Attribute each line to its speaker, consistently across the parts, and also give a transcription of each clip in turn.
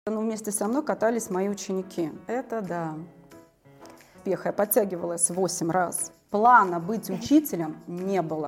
Speaker 1: Но вместе со мной катались мои ученики. Это да. Я подтягивалась 8 раз. Плана быть учителем не было.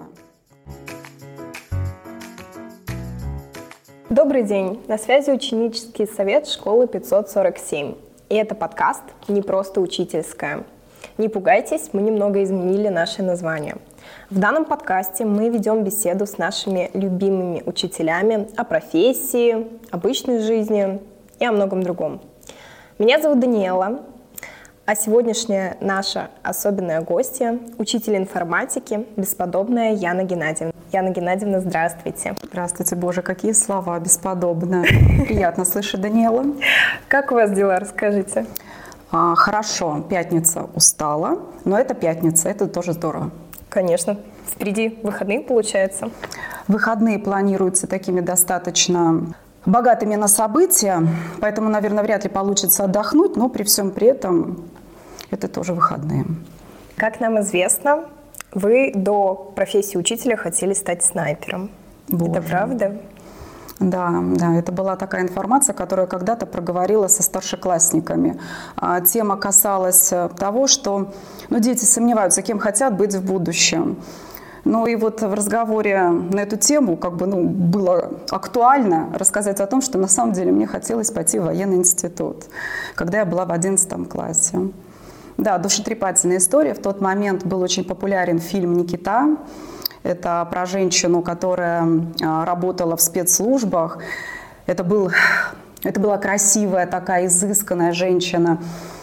Speaker 2: Добрый день! На связи ученический совет школы 547. И это подкаст «Не просто учительская». Не пугайтесь, мы немного изменили наше название. В данном подкасте мы ведем беседу с нашими любимыми учителями о профессии, обычной жизни и о многом другом. Меня зовут Даниэла, а сегодняшняя наша особенная гостья – учитель информатики, бесподобная Яна Геннадьевна. Яна Геннадьевна, здравствуйте.
Speaker 1: Здравствуйте, Боже, какие слова, бесподобно. Приятно слышать, Даниэла.
Speaker 2: Как у вас дела, расскажите?
Speaker 1: Хорошо, пятница устала, но это пятница, это тоже здорово.
Speaker 2: Конечно. Впереди выходные, получается.
Speaker 1: Выходные планируются такими достаточно богатыми на события, поэтому, наверное, вряд ли получится отдохнуть, но при всем при этом это тоже выходные.
Speaker 2: Как нам известно, вы до профессии учителя хотели стать снайпером.
Speaker 1: Боже.
Speaker 2: Это правда?
Speaker 1: Да, это была такая информация, которую я когда-то проговорила со старшеклассниками. Тема касалась того, что дети сомневаются, кем хотят быть в будущем. Ну и вот в разговоре на эту тему было актуально рассказать о том, что на самом деле мне хотелось пойти в военный институт, когда я была в 11 классе. Да, душетрепательная история. В тот момент был очень популярен фильм «Никита». Это про женщину, которая работала в спецслужбах. Это была красивая, такая изысканная женщина,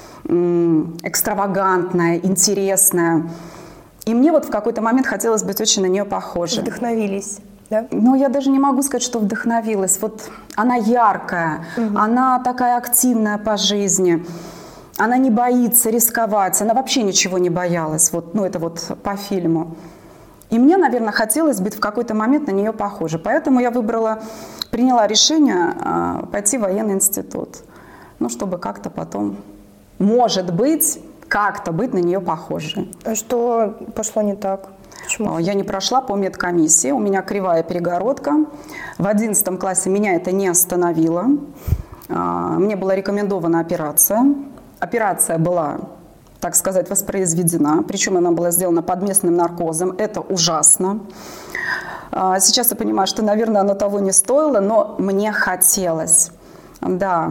Speaker 1: экстравагантная, интересная. И мне в какой-то момент хотелось быть очень на нее похожей.
Speaker 2: Вдохновились, да?
Speaker 1: Но я даже не могу сказать, что вдохновилась. Она яркая, она такая активная по жизни. Она не боится рисковать, она вообще ничего не боялась. Это по фильму. И мне, наверное, хотелось быть в какой-то момент на нее похожей. Поэтому я приняла решение пойти в военный институт. Чтобы как-то потом, может быть, как-то быть на нее похожей.
Speaker 2: А что пошло не так? Почему?
Speaker 1: Я не прошла по медкомиссии, у меня кривая перегородка. В 11 классе меня это не остановило. Мне была рекомендована операция. Операция была, так сказать, воспроизведена, причем она была сделана под местным наркозом. Это ужасно. Сейчас я понимаю, что, наверное, оно того не стоило, но мне хотелось. Да,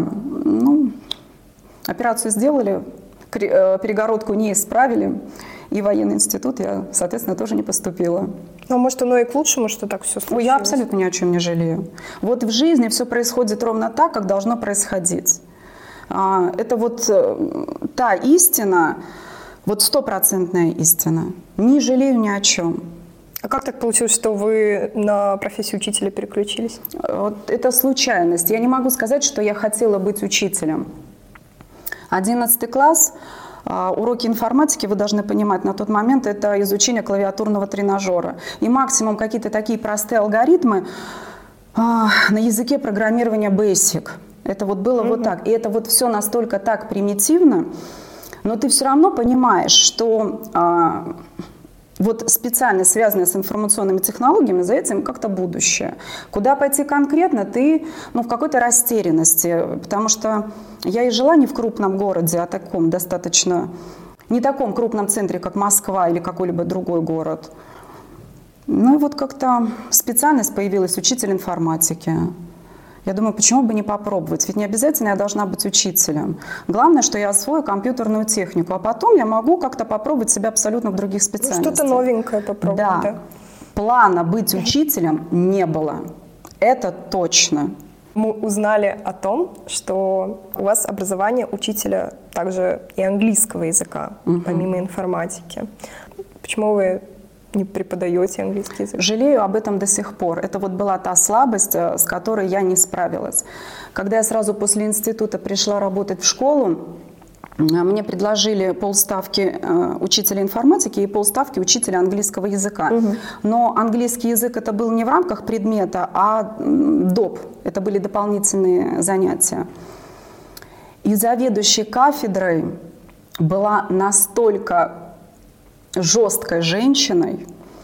Speaker 1: операцию сделали, перегородку не исправили, и в военный институт я, соответственно, тоже не поступила.
Speaker 2: Ну, может, оно и к лучшему, что так все случилось?
Speaker 1: Я абсолютно ни о чем не жалею. В жизни все происходит ровно так, как должно происходить. Это та истина, стопроцентная истина. Не жалею ни о чем.
Speaker 2: А как так получилось, что вы на профессию учителя переключились?
Speaker 1: Это случайность. Я не могу сказать, что я хотела быть учителем. 11 класс, уроки информатики, вы должны понимать, на тот момент это изучение клавиатурного тренажера. И максимум какие-то такие простые алгоритмы на языке программирования Basic. Это было так. И это все настолько так примитивно, но ты все равно понимаешь, что специально связанное с информационными технологиями, за этим как-то будущее. Куда пойти конкретно, ты в какой-то растерянности, потому что я и жила не в крупном городе, а таком достаточно, не таком крупном центре, как Москва или какой-либо другой город. Как-то специальность появилась учитель информатики. Я думаю, почему бы не попробовать? Ведь не обязательно я должна быть учителем. Главное, что я освою компьютерную технику, а потом я могу как-то попробовать себя абсолютно в других специальностях.
Speaker 2: Что-то новенькое попробовать, да.
Speaker 1: Плана быть учителем не было. Это точно.
Speaker 2: Мы узнали о том, что у вас образование учителя также и английского языка, помимо информатики. Почему вы не преподаете английский язык?
Speaker 1: Жалею об этом до сих пор. Это была та слабость, с которой я не справилась. Когда я сразу после института пришла работать в школу, мне предложили полставки учителя информатики и полставки учителя английского языка. Но английский язык это был не в рамках предмета, а доп. Это были дополнительные занятия. И заведующей кафедрой была настолько жесткой женщиной,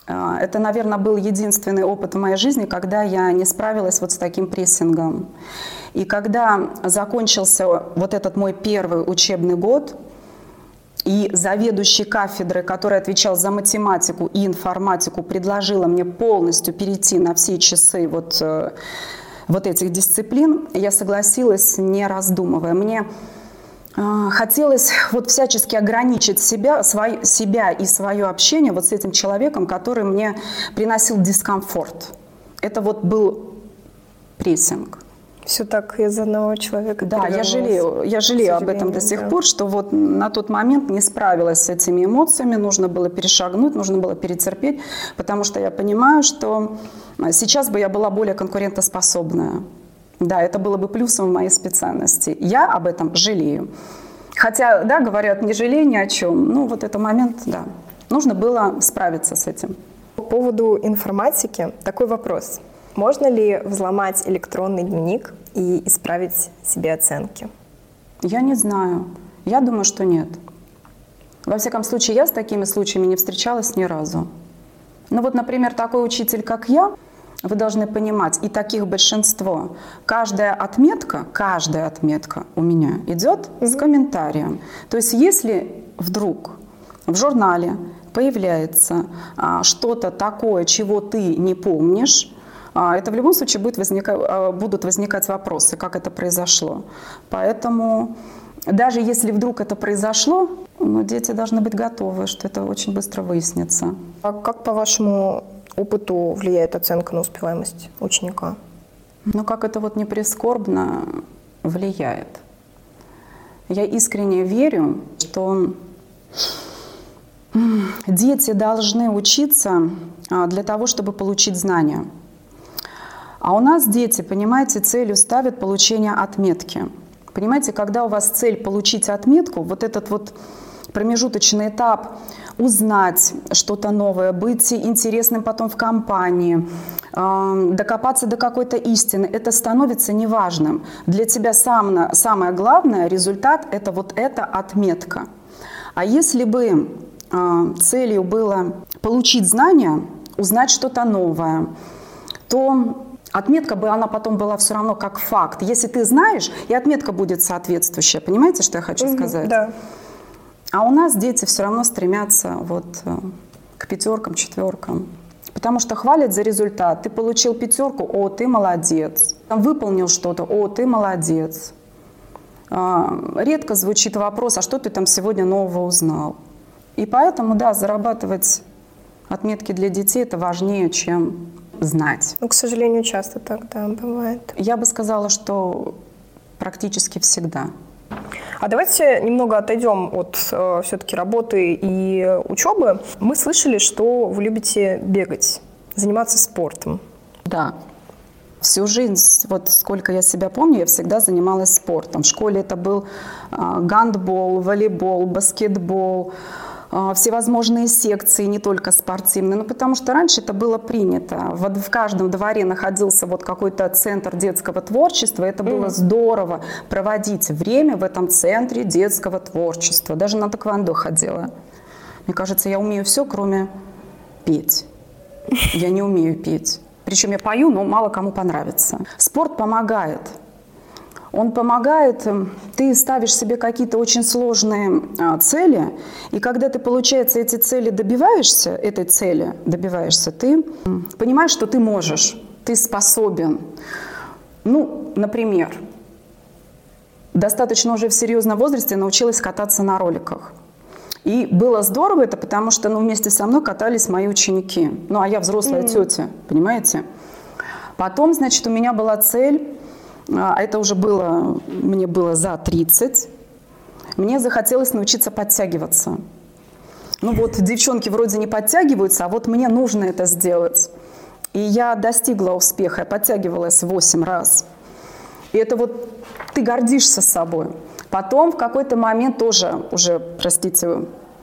Speaker 1: Это, наверное, был единственный опыт в моей жизни, когда я не справилась вот с таким прессингом. И когда закончился вот этот мой первый учебный год, и заведующий кафедрой, который отвечал за математику и информатику, предложила мне полностью перейти на все часы вот этих дисциплин, я согласилась, не раздумывая. Мне хотелось вот всячески ограничить себя и свое общение вот с этим человеком, который мне приносил дискомфорт. Это вот был прессинг.
Speaker 2: Все так из одного человека.
Speaker 1: Да, я жалею об этом до сих пор, что вот на тот момент не справилась с этими эмоциями, нужно было перешагнуть, нужно было перетерпеть, потому что я понимаю, что сейчас бы я была более конкурентоспособная. Да, это было бы плюсом в моей специальности. Я об этом жалею. Хотя, да, говорят, не жалей ни о чем. Ну, вот этот момент, да. Нужно было справиться с этим.
Speaker 2: По поводу информатики такой вопрос. Можно ли взломать электронный дневник и исправить себе оценки?
Speaker 1: Я не знаю. Я думаю, что нет. Во всяком случае, я с такими случаями не встречалась ни разу. Ну вот, например, такой учитель, как я, вы должны понимать, и таких большинство. Каждая отметка у меня идет с комментарием. То есть если вдруг в журнале появляется что-то такое, чего ты не помнишь, это в любом случае будут возникать вопросы, как это произошло. Поэтому даже если вдруг это произошло, дети должны быть готовы, что это очень быстро выяснится.
Speaker 2: А как, по вашему опыту, влияет оценка на успеваемость ученика?
Speaker 1: Ну, как это вот не прискорбно влияет. Я искренне верю, что дети должны учиться для того, чтобы получить знания. А у нас дети, понимаете, целью ставят получение отметки. Понимаете, когда у вас цель получить отметку, вот этот вот промежуточный этап узнать что-то новое, быть интересным потом в компании, докопаться до какой-то истины, это становится неважным. Для тебя самое главное результат – это вот эта отметка. А если бы целью было получить знания, узнать что-то новое, то отметка бы, она потом была все равно как факт. Если ты знаешь, и отметка будет соответствующая. Понимаете, что я хочу сказать?
Speaker 2: Да.
Speaker 1: А у нас дети все равно стремятся вот к 5, 4. Потому что хвалят за результат. Ты получил 5, о, ты молодец. Выполнил что-то, о, ты молодец. Редко звучит вопрос, а что ты там сегодня нового узнал? И поэтому, да, зарабатывать отметки для детей – это важнее, чем знать.
Speaker 2: Ну, к сожалению, часто так, да, бывает.
Speaker 1: Я бы сказала, что практически всегда.
Speaker 2: А давайте немного отойдем от все-таки работы и учебы. Мы слышали, что вы любите бегать, заниматься спортом.
Speaker 1: Да. Всю жизнь, вот сколько я себя помню, я всегда занималась спортом. В школе это был гандбол, волейбол, баскетбол, всевозможные секции, не только спортивные, потому что раньше это было принято. В каждом дворе находился вот какой-то центр детского творчества, это было здорово проводить время в этом центре детского творчества. Даже на тэквондо ходила. Мне кажется, я умею все, кроме петь. Я не умею петь. Причем я пою, но мало кому понравится. Спорт помогает. Он помогает, ты ставишь себе какие-то очень сложные цели, и когда ты, получается, эти цели добиваешься, ты понимаешь, что ты можешь, ты способен. Ну, например, достаточно уже в серьезном возрасте научилась кататься на роликах. И было здорово это, потому что вместе со мной катались мои ученики. Ну, а я взрослая тетя, понимаете? Потом, значит, у меня была цель. А это уже мне было за 30, мне захотелось научиться подтягиваться. Ну вот, девчонки вроде не подтягиваются, а вот мне нужно это сделать. И я достигла успеха, я подтягивалась 8 раз. И это вот ты гордишься собой. Потом в какой-то момент тоже уже, простите,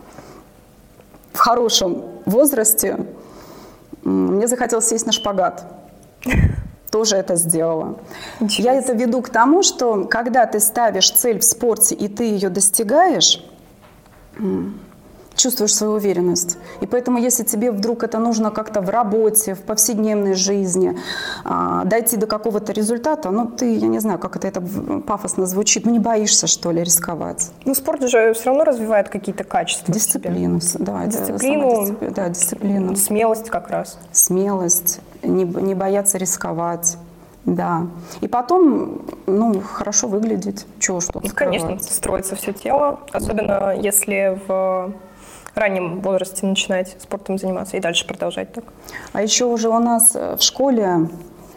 Speaker 1: в хорошем возрасте мне захотелось сесть на шпагат. Тоже это сделала. Я это веду к тому, что когда ты ставишь цель в спорте и ты ее достигаешь, чувствуешь свою уверенность. И поэтому, если тебе вдруг это нужно как-то в работе, в повседневной жизни, дойти до какого-то результата, ну, ты, я не знаю, как это пафосно звучит, ну, не боишься, что ли, рисковать.
Speaker 2: Ну, спорт же все равно развивает какие-то качества.
Speaker 1: Дисциплину, да.
Speaker 2: Дисциплину,
Speaker 1: да, дисциплину.
Speaker 2: Смелость как раз.
Speaker 1: Смелость, не бояться рисковать. Да. И потом, ну, хорошо выглядеть. Чего ж тут скрывать?
Speaker 2: Конечно, строится все тело, особенно если в раннем возрасте начинать спортом заниматься и дальше продолжать так.
Speaker 1: А еще уже у нас в школе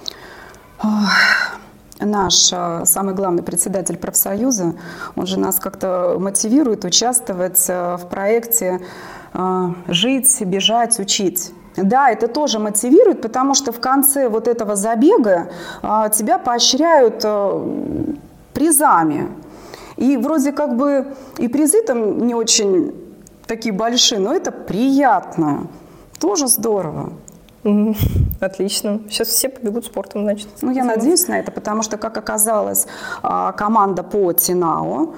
Speaker 1: наш самый главный председатель профсоюза, он же нас как-то мотивирует участвовать в проекте «Жить, бежать, учить». Да, это тоже мотивирует, потому что в конце вот этого забега тебя поощряют призами. И вроде как бы и призы там не очень такие большие, но это приятно. Тоже здорово.
Speaker 2: Отлично. Сейчас все побегут спортом, значит.
Speaker 1: Ну, я надеюсь на это, потому что, как оказалось, команда по Тинао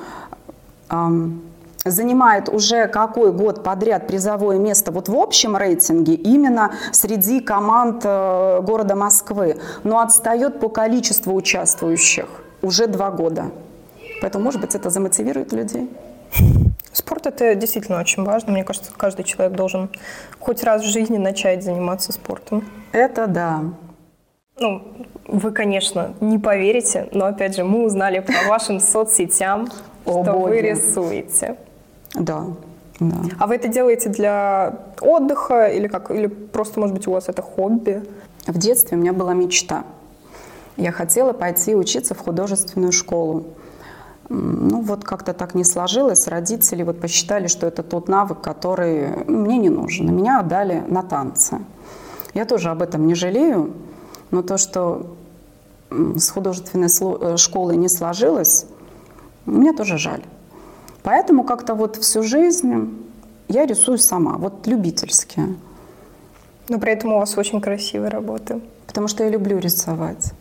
Speaker 1: занимает уже какой год подряд призовое место вот в общем рейтинге именно среди команд города Москвы, но отстает по количеству участвующих уже 2 года. Поэтому, может быть, это замотивирует людей.
Speaker 2: Спорт – это действительно очень важно. Мне кажется, каждый человек должен хоть раз в жизни начать заниматься спортом.
Speaker 1: Это да.
Speaker 2: Ну, вы, конечно, не поверите, но, опять же, мы узнали по вашим соцсетям, что вы рисуете.
Speaker 1: Да, да.
Speaker 2: А вы это делаете для отдыха или как? Или просто, может быть, у вас это хобби?
Speaker 1: В детстве у меня была мечта. Я хотела пойти учиться в художественную школу. Ну, вот как-то так не сложилось. Родители вот посчитали, что это тот навык, который мне не нужен. Меня отдали на танцы. Я тоже об этом не жалею. Но то, что с художественной школой не сложилось, мне тоже жаль. Поэтому как-то вот всю жизнь я рисую сама, вот любительски.
Speaker 2: Но при этом у вас очень красивые работы.
Speaker 1: Потому что я люблю рисовать.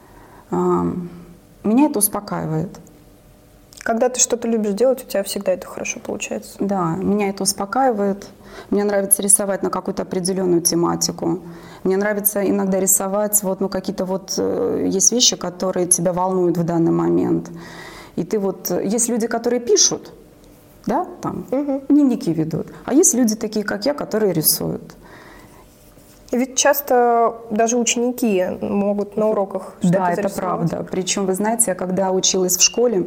Speaker 1: Меня это успокаивает.
Speaker 2: Когда ты что-то любишь делать, у тебя всегда это хорошо получается.
Speaker 1: Да, меня это успокаивает. Мне нравится рисовать на какую-то определенную тематику. Мне нравится иногда рисовать, вот, ну, какие-то вот есть вещи, которые тебя волнуют в данный момент. И ты вот, есть люди, которые пишут, да, там, дневники ведут. А есть люди такие, как я, которые рисуют.
Speaker 2: Ведь часто даже ученики могут на уроках что-то
Speaker 1: Да, это
Speaker 2: зарисовать.
Speaker 1: правда. Причем, вы знаете, я когда училась в школе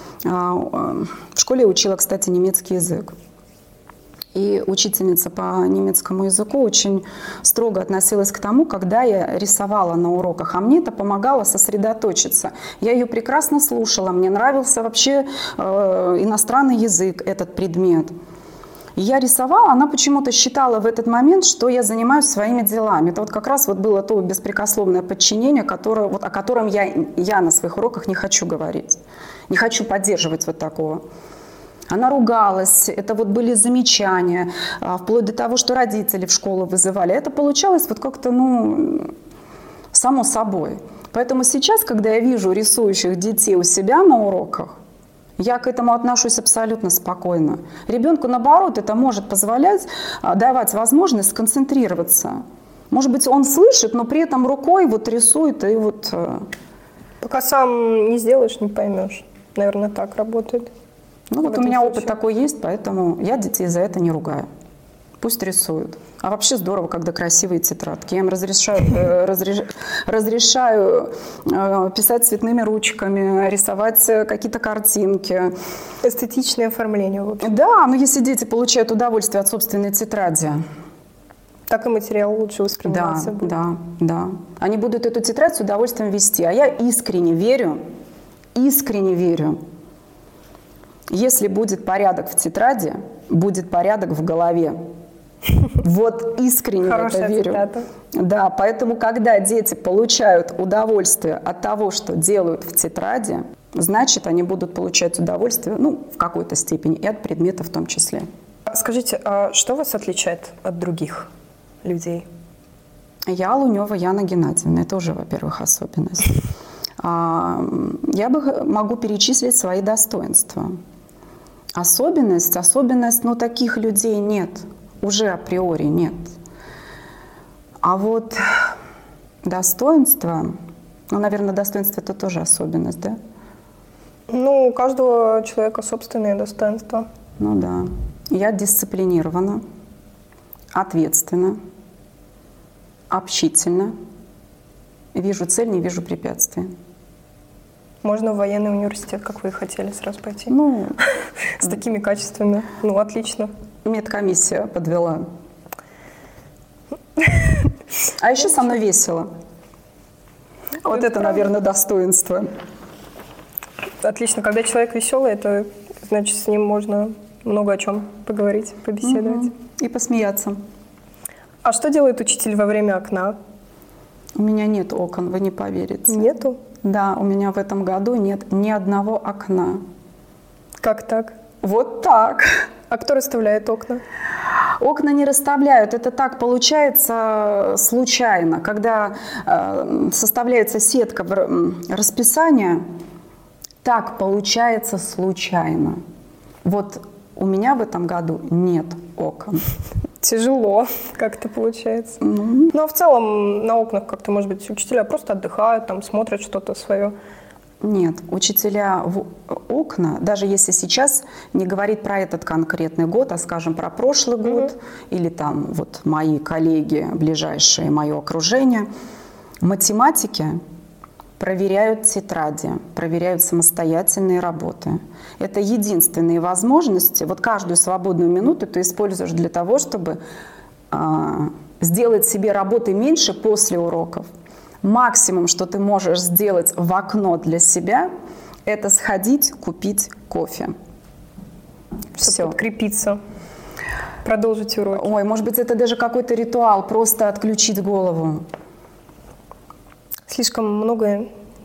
Speaker 1: я учила, кстати, немецкий язык. И учительница по немецкому языку очень строго относилась к тому, когда я рисовала на уроках, а мне это помогало сосредоточиться. Я ее прекрасно слушала, мне нравился вообще иностранный язык, этот предмет. И я рисовала, она почему-то считала в этот момент, что я занимаюсь своими делами. Это вот как раз вот было то беспрекословное подчинение, которое, вот, о котором я на своих уроках не хочу говорить. Не хочу поддерживать вот такого. Она ругалась, это вот были замечания, вплоть до того, что родители в школу вызывали. Это получалось вот как-то, ну, само собой. Поэтому сейчас, когда я вижу рисующих детей у себя на уроках, я к этому отношусь абсолютно спокойно. Ребенку, наоборот, это может позволять, давать возможность сконцентрироваться. Может быть, он слышит, но при этом рукой вот рисует и вот...
Speaker 2: Пока сам не сделаешь, не поймешь. Наверное, так работает.
Speaker 1: Ну вот у меня опыт такой есть, поэтому я детей за это не ругаю. Пусть рисуют. А вообще здорово, когда красивые тетрадки. Я им разрешаю писать цветными ручками, рисовать какие-то картинки.
Speaker 2: Эстетичное оформление. В общем.
Speaker 1: Да, но если дети получают удовольствие от собственной тетради.
Speaker 2: Так и материал лучше восприниматься будет.
Speaker 1: Да. Они будут эту тетрадь с удовольствием вести. А я искренне верю, если будет порядок в тетради, будет порядок в голове. Вот искренне в это верю.
Speaker 2: Цитата.
Speaker 1: Да, поэтому, когда дети получают удовольствие от того, что делают в тетради, значит, они будут получать удовольствие, ну, в какой-то степени, и от предмета в том числе.
Speaker 2: Скажите, а что вас отличает от других людей?
Speaker 1: Я Лунева Яна Геннадьевна. Это уже, во-первых, особенность. Я могу перечислить свои достоинства. Особенность, но таких людей нет. Уже априори нет. А вот достоинство, ну, наверное, достоинство – это тоже особенность, да?
Speaker 2: Ну, у каждого человека собственные достоинства.
Speaker 1: Ну да. Я дисциплинирована, ответственна, общительна, вижу цель, не вижу препятствий.
Speaker 2: Можно в военный университет, как вы хотели, сразу пойти?
Speaker 1: Ну,
Speaker 2: с такими качествами. Ну, отлично.
Speaker 1: Медкомиссия подвела. А еще со мной весело. Вот это, наверное, достоинство.
Speaker 2: Отлично. Когда человек веселый, это значит, с ним можно много о чем поговорить, побеседовать.
Speaker 1: И посмеяться.
Speaker 2: А что делает учитель во время окна?
Speaker 1: У меня нет окон, вы не поверите.
Speaker 2: Нету?
Speaker 1: Да, у меня в этом году нет ни одного окна.
Speaker 2: Как так?
Speaker 1: Вот так.
Speaker 2: А кто расставляет окна?
Speaker 1: Окна не расставляют. Это так получается случайно. Когда составляется сетка расписания, так получается случайно. Вот у меня в этом году нет окон.
Speaker 2: Тяжело как-то получается. Ну, а в целом на окнах как-то, может быть, учителя просто отдыхают, там смотрят что-то свое.
Speaker 1: Нет, учителя в окна, даже если сейчас не говорить про этот конкретный год, а, скажем, про прошлый год, или там вот мои коллеги, ближайшие, мое окружение, математики проверяют тетради, проверяют самостоятельные работы. Это единственные возможности. Вот каждую свободную минуту ты используешь для того, чтобы сделать себе работы меньше после уроков. Максимум, что ты можешь сделать в окно для себя, это сходить, купить кофе.
Speaker 2: Чтобы подкрепиться, продолжить уроки.
Speaker 1: Ой, может быть, это даже какой-то ритуал, просто отключить голову.
Speaker 2: Слишком много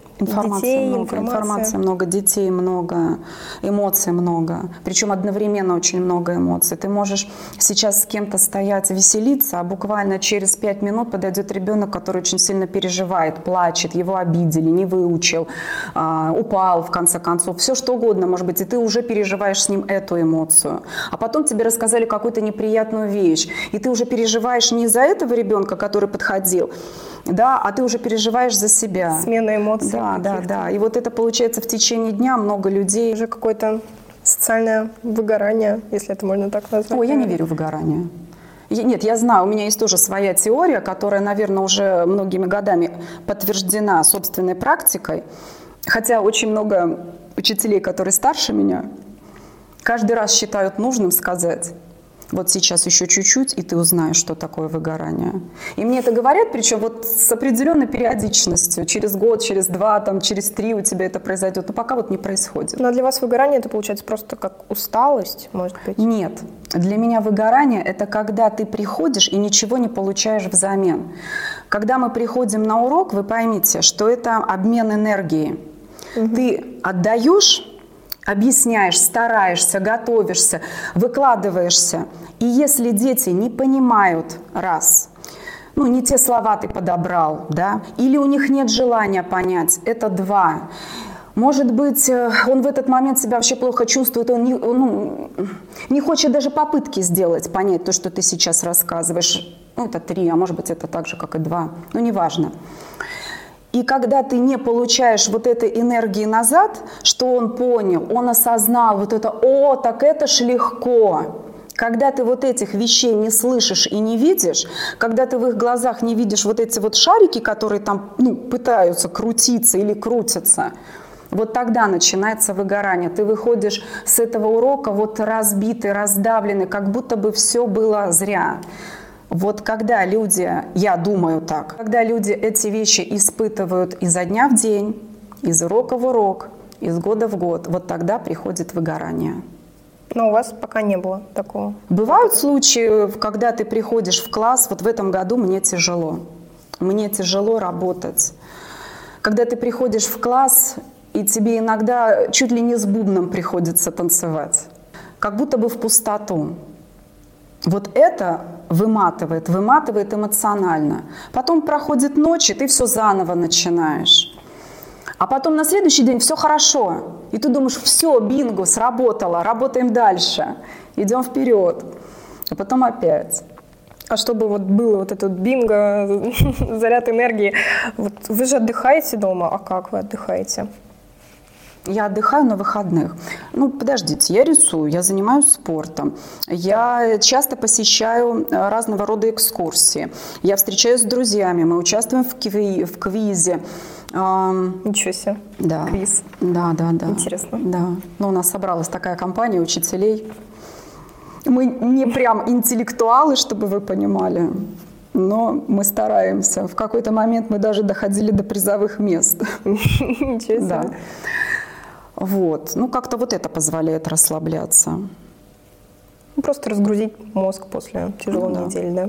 Speaker 1: информации много, детей много, эмоций много. Причем одновременно очень много эмоций. Ты можешь сейчас с кем-то стоять, веселиться, а буквально через 5 минут подойдет ребенок, который очень сильно переживает, плачет, его обидели, не выучил, упал, в конце концов. Все что угодно, может быть, и ты уже переживаешь с ним эту эмоцию. А потом тебе рассказали какую-то неприятную вещь, и ты уже переживаешь не за этого ребенка, который подходил, да, а ты уже переживаешь за себя.
Speaker 2: Смена эмоций.
Speaker 1: Да. И вот это получается в течение дня много людей.
Speaker 2: Уже какое-то социальное выгорание, если это можно так назвать.
Speaker 1: Ой, я не верю в выгорание. Нет, я знаю, у меня есть тоже своя теория, которая, наверное, уже многими годами подтверждена собственной практикой. Хотя очень много учителей, которые старше меня, каждый раз считают нужным сказать: вот сейчас еще чуть-чуть, и ты узнаешь, что такое выгорание. И мне это говорят, причем вот с определенной периодичностью. Через год, через 2, там, через 3 у тебя это произойдет. Но пока вот не происходит.
Speaker 2: Но для вас выгорание это получается просто как усталость, может быть?
Speaker 1: Нет. Для меня выгорание – это когда ты приходишь и ничего не получаешь взамен. Когда мы приходим на урок, вы поймите, что это обмен энергией. Ты отдаешь, объясняешь, стараешься, готовишься, выкладываешься. И если дети не понимают, не те слова ты подобрал, да, или у них нет желания понять, это 2. Может быть, он в этот момент себя вообще плохо чувствует, он не хочет даже попытки сделать, понять то, что ты сейчас рассказываешь. Это 3, а может быть, это так же, как и 2. Неважно. И когда ты не получаешь вот этой энергии назад, что он понял, он осознал вот это: о, так это ж легко. Когда ты вот этих вещей не слышишь и не видишь, когда ты в их глазах не видишь вот эти вот шарики, которые там пытаются крутиться или крутятся, вот тогда начинается выгорание. Ты выходишь с этого урока вот разбитый, раздавленный, как будто бы все было зря. Вот когда люди, я думаю так, когда люди эти вещи испытывают изо дня в день, из урока в урок, из года в год, вот тогда приходит выгорание.
Speaker 2: Но у вас пока не было такого?
Speaker 1: Бывают случаи, когда ты приходишь в класс, вот в этом году мне тяжело. Мне тяжело работать. Когда ты приходишь в класс, и тебе иногда чуть ли не с бубном приходится танцевать, как будто бы в пустоту. Вот это выматывает эмоционально. Потом проходит ночь, и ты все заново начинаешь. А потом на следующий день все хорошо. И ты думаешь, все, бинго, сработало, работаем дальше, идем вперед. А потом опять.
Speaker 2: А чтобы вот было вот этот бинго, заряд энергии, вот вы же отдыхаете дома, а как вы отдыхаете?
Speaker 1: Я отдыхаю на выходных. Ну, подождите, я рисую, я занимаюсь спортом, я часто посещаю разного рода экскурсии, я встречаюсь с друзьями, мы участвуем в квизе.
Speaker 2: Ничего себе.
Speaker 1: Да.
Speaker 2: Квиз.
Speaker 1: Да.
Speaker 2: Интересно.
Speaker 1: Да. Ну, у нас собралась такая компания учителей. Мы не прям интеллектуалы, чтобы вы понимали, но мы стараемся. В какой-то момент мы даже доходили до призовых мест.
Speaker 2: Ничего себе.
Speaker 1: Да. Вот. Ну, как-то вот это позволяет расслабляться.
Speaker 2: Ну, просто разгрузить мозг после тяжелой недели, да?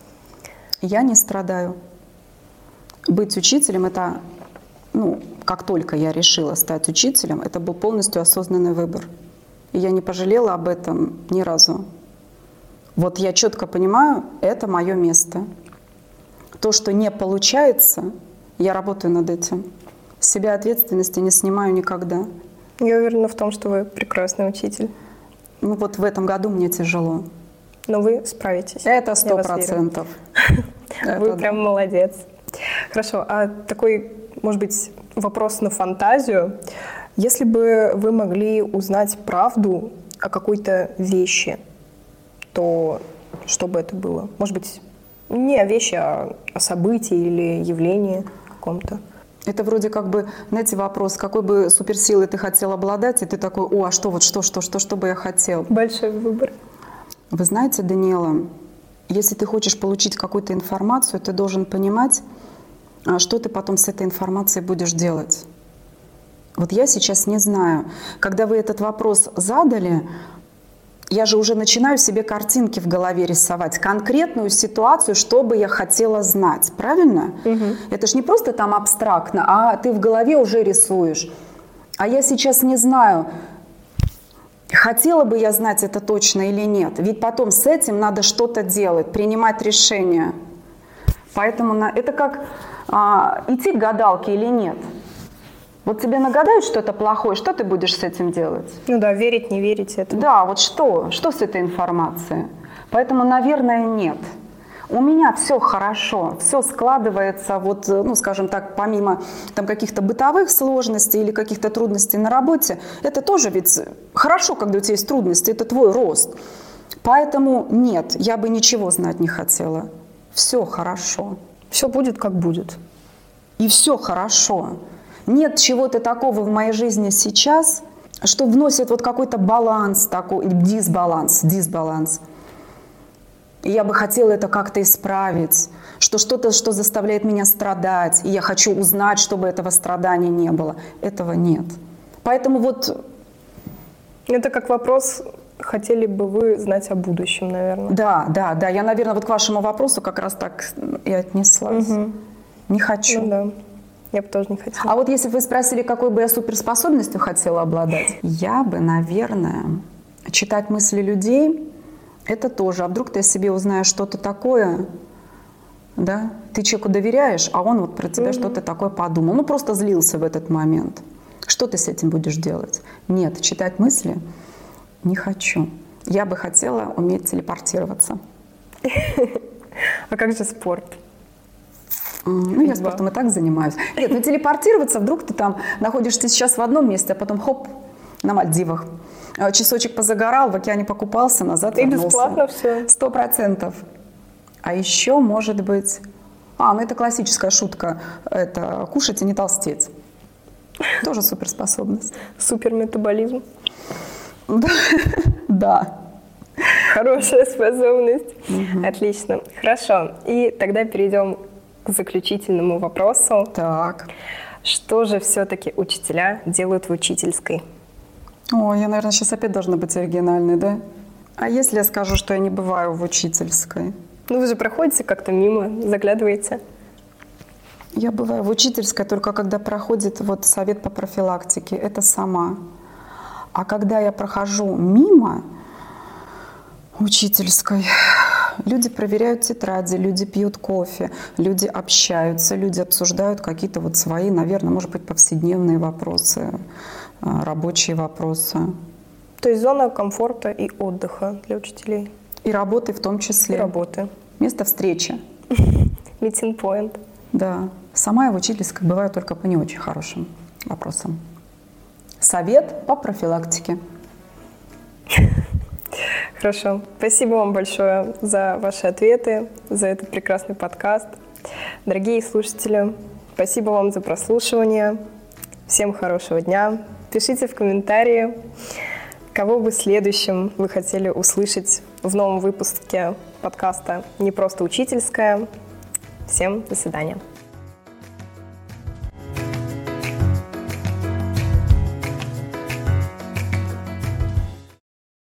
Speaker 1: Я не страдаю. Быть учителем – это, ну, как только я решила стать учителем, это был полностью осознанный выбор. И я не пожалела об этом ни разу. Вот я четко понимаю, это мое место. То, что не получается, я работаю над этим. С себя ответственности не снимаю никогда.
Speaker 2: Я уверена в том, что вы прекрасный учитель.
Speaker 1: Ну вот в этом году мне тяжело.
Speaker 2: Но вы справитесь.
Speaker 1: Это 100%.
Speaker 2: Вы прям молодец. Хорошо, а такой, может быть, вопрос на фантазию. Если бы вы могли узнать правду о какой-то вещи, то что бы это было? Может быть, не о вещи, а о событии или явлении каком-то.
Speaker 1: Это вроде как бы, знаете, вопрос, какой бы суперсилой ты хотел обладать, и ты такой, а что бы я хотел?
Speaker 2: Большой выбор.
Speaker 1: Вы знаете, Даниэла, если ты хочешь получить какую-то информацию, ты должен понимать, что ты потом с этой информацией будешь делать. Вот я сейчас не знаю. Когда вы этот вопрос задали, я же уже начинаю себе картинки в голове рисовать, конкретную ситуацию, что бы я хотела знать, правильно? Угу. Это же не просто там абстрактно, а ты в голове уже рисуешь. А я сейчас не знаю, хотела бы я знать это точно или нет. Ведь потом с этим надо что-то делать, принимать решение. Поэтому это как идти к гадалке или нет. Вот тебе нагадают что-то плохое, что ты будешь с этим делать?
Speaker 2: Ну да, верить, не верить это.
Speaker 1: Да, вот что с этой информацией? Поэтому, наверное, нет. У меня все хорошо, все складывается, вот, ну, скажем так, помимо там каких-то бытовых сложностей или каких-то трудностей на работе, это тоже ведь хорошо, когда у тебя есть трудности, это твой рост. Поэтому нет, я бы ничего знать не хотела. Все хорошо.
Speaker 2: Все будет, как будет.
Speaker 1: И все хорошо. Нет чего-то такого в моей жизни сейчас, что вносит вот какой-то баланс такой, дисбаланс. И я бы хотела это как-то исправить, что-то, что заставляет меня страдать, и я хочу узнать, чтобы этого страдания не было. Этого нет. Поэтому вот...
Speaker 2: Это как вопрос, хотели бы вы знать о будущем, наверное.
Speaker 1: Да. Я, наверное, вот к вашему вопросу как раз так и отнеслась.
Speaker 2: Угу.
Speaker 1: Не хочу.
Speaker 2: Ну да. Я бы тоже не хотела.
Speaker 1: А вот если бы вы спросили, какой бы я суперспособностью хотела обладать, я бы, наверное, читать мысли людей, это тоже. А вдруг ты о себе узнаешь что-то такое, да? Ты человеку доверяешь, а он вот про тебя что-то такое подумал. Ну, просто злился в этот момент. Что ты с этим будешь делать? Нет, читать мысли не хочу. Я бы хотела уметь телепортироваться.
Speaker 2: А как же спорт?
Speaker 1: Ну, я спортом и так занимаюсь. Нет, ну телепортироваться, вдруг ты там находишься сейчас в одном месте, а потом хоп, на Мальдивах. Часочек позагорал, в океане покупался, назад вернулся.
Speaker 2: И бесплатно все?
Speaker 1: 100%. А еще, может быть... ну это классическая шутка. Это кушать и не толстеть. Тоже суперспособность.
Speaker 2: Суперметаболизм.
Speaker 1: Да.
Speaker 2: Хорошая способность. Отлично. Хорошо. И тогда перейдем к заключительному вопросу.
Speaker 1: Так.
Speaker 2: Что же все-таки учителя делают в учительской?
Speaker 1: Ой, я, наверное, сейчас опять должна быть оригинальной, да? А если я скажу, что я не бываю в учительской?
Speaker 2: Ну, вы же проходите как-то мимо, заглядываете.
Speaker 1: Я бываю в учительской только когда проходит вот совет по профилактике. Это сама. А когда я прохожу мимо учительской, Люди проверяют тетради, люди пьют кофе, люди общаются, люди обсуждают какие-то вот свои, наверное, может быть, повседневные вопросы, рабочие вопросы.
Speaker 2: То есть зона комфорта и отдыха для учителей.
Speaker 1: И работы в том числе.
Speaker 2: И работы.
Speaker 1: Место встречи.
Speaker 2: Meeting point.
Speaker 1: Да. Сама я в учительской бываю только по не очень хорошим вопросам. Совет по профилактике.
Speaker 2: Хорошо. Спасибо вам большое за ваши ответы, за этот прекрасный подкаст. Дорогие слушатели, спасибо вам за прослушивание. Всем хорошего дня. Пишите в комментарии, кого бы следующим вы хотели услышать в новом выпуске подкаста «Не просто учительская». Всем до свидания.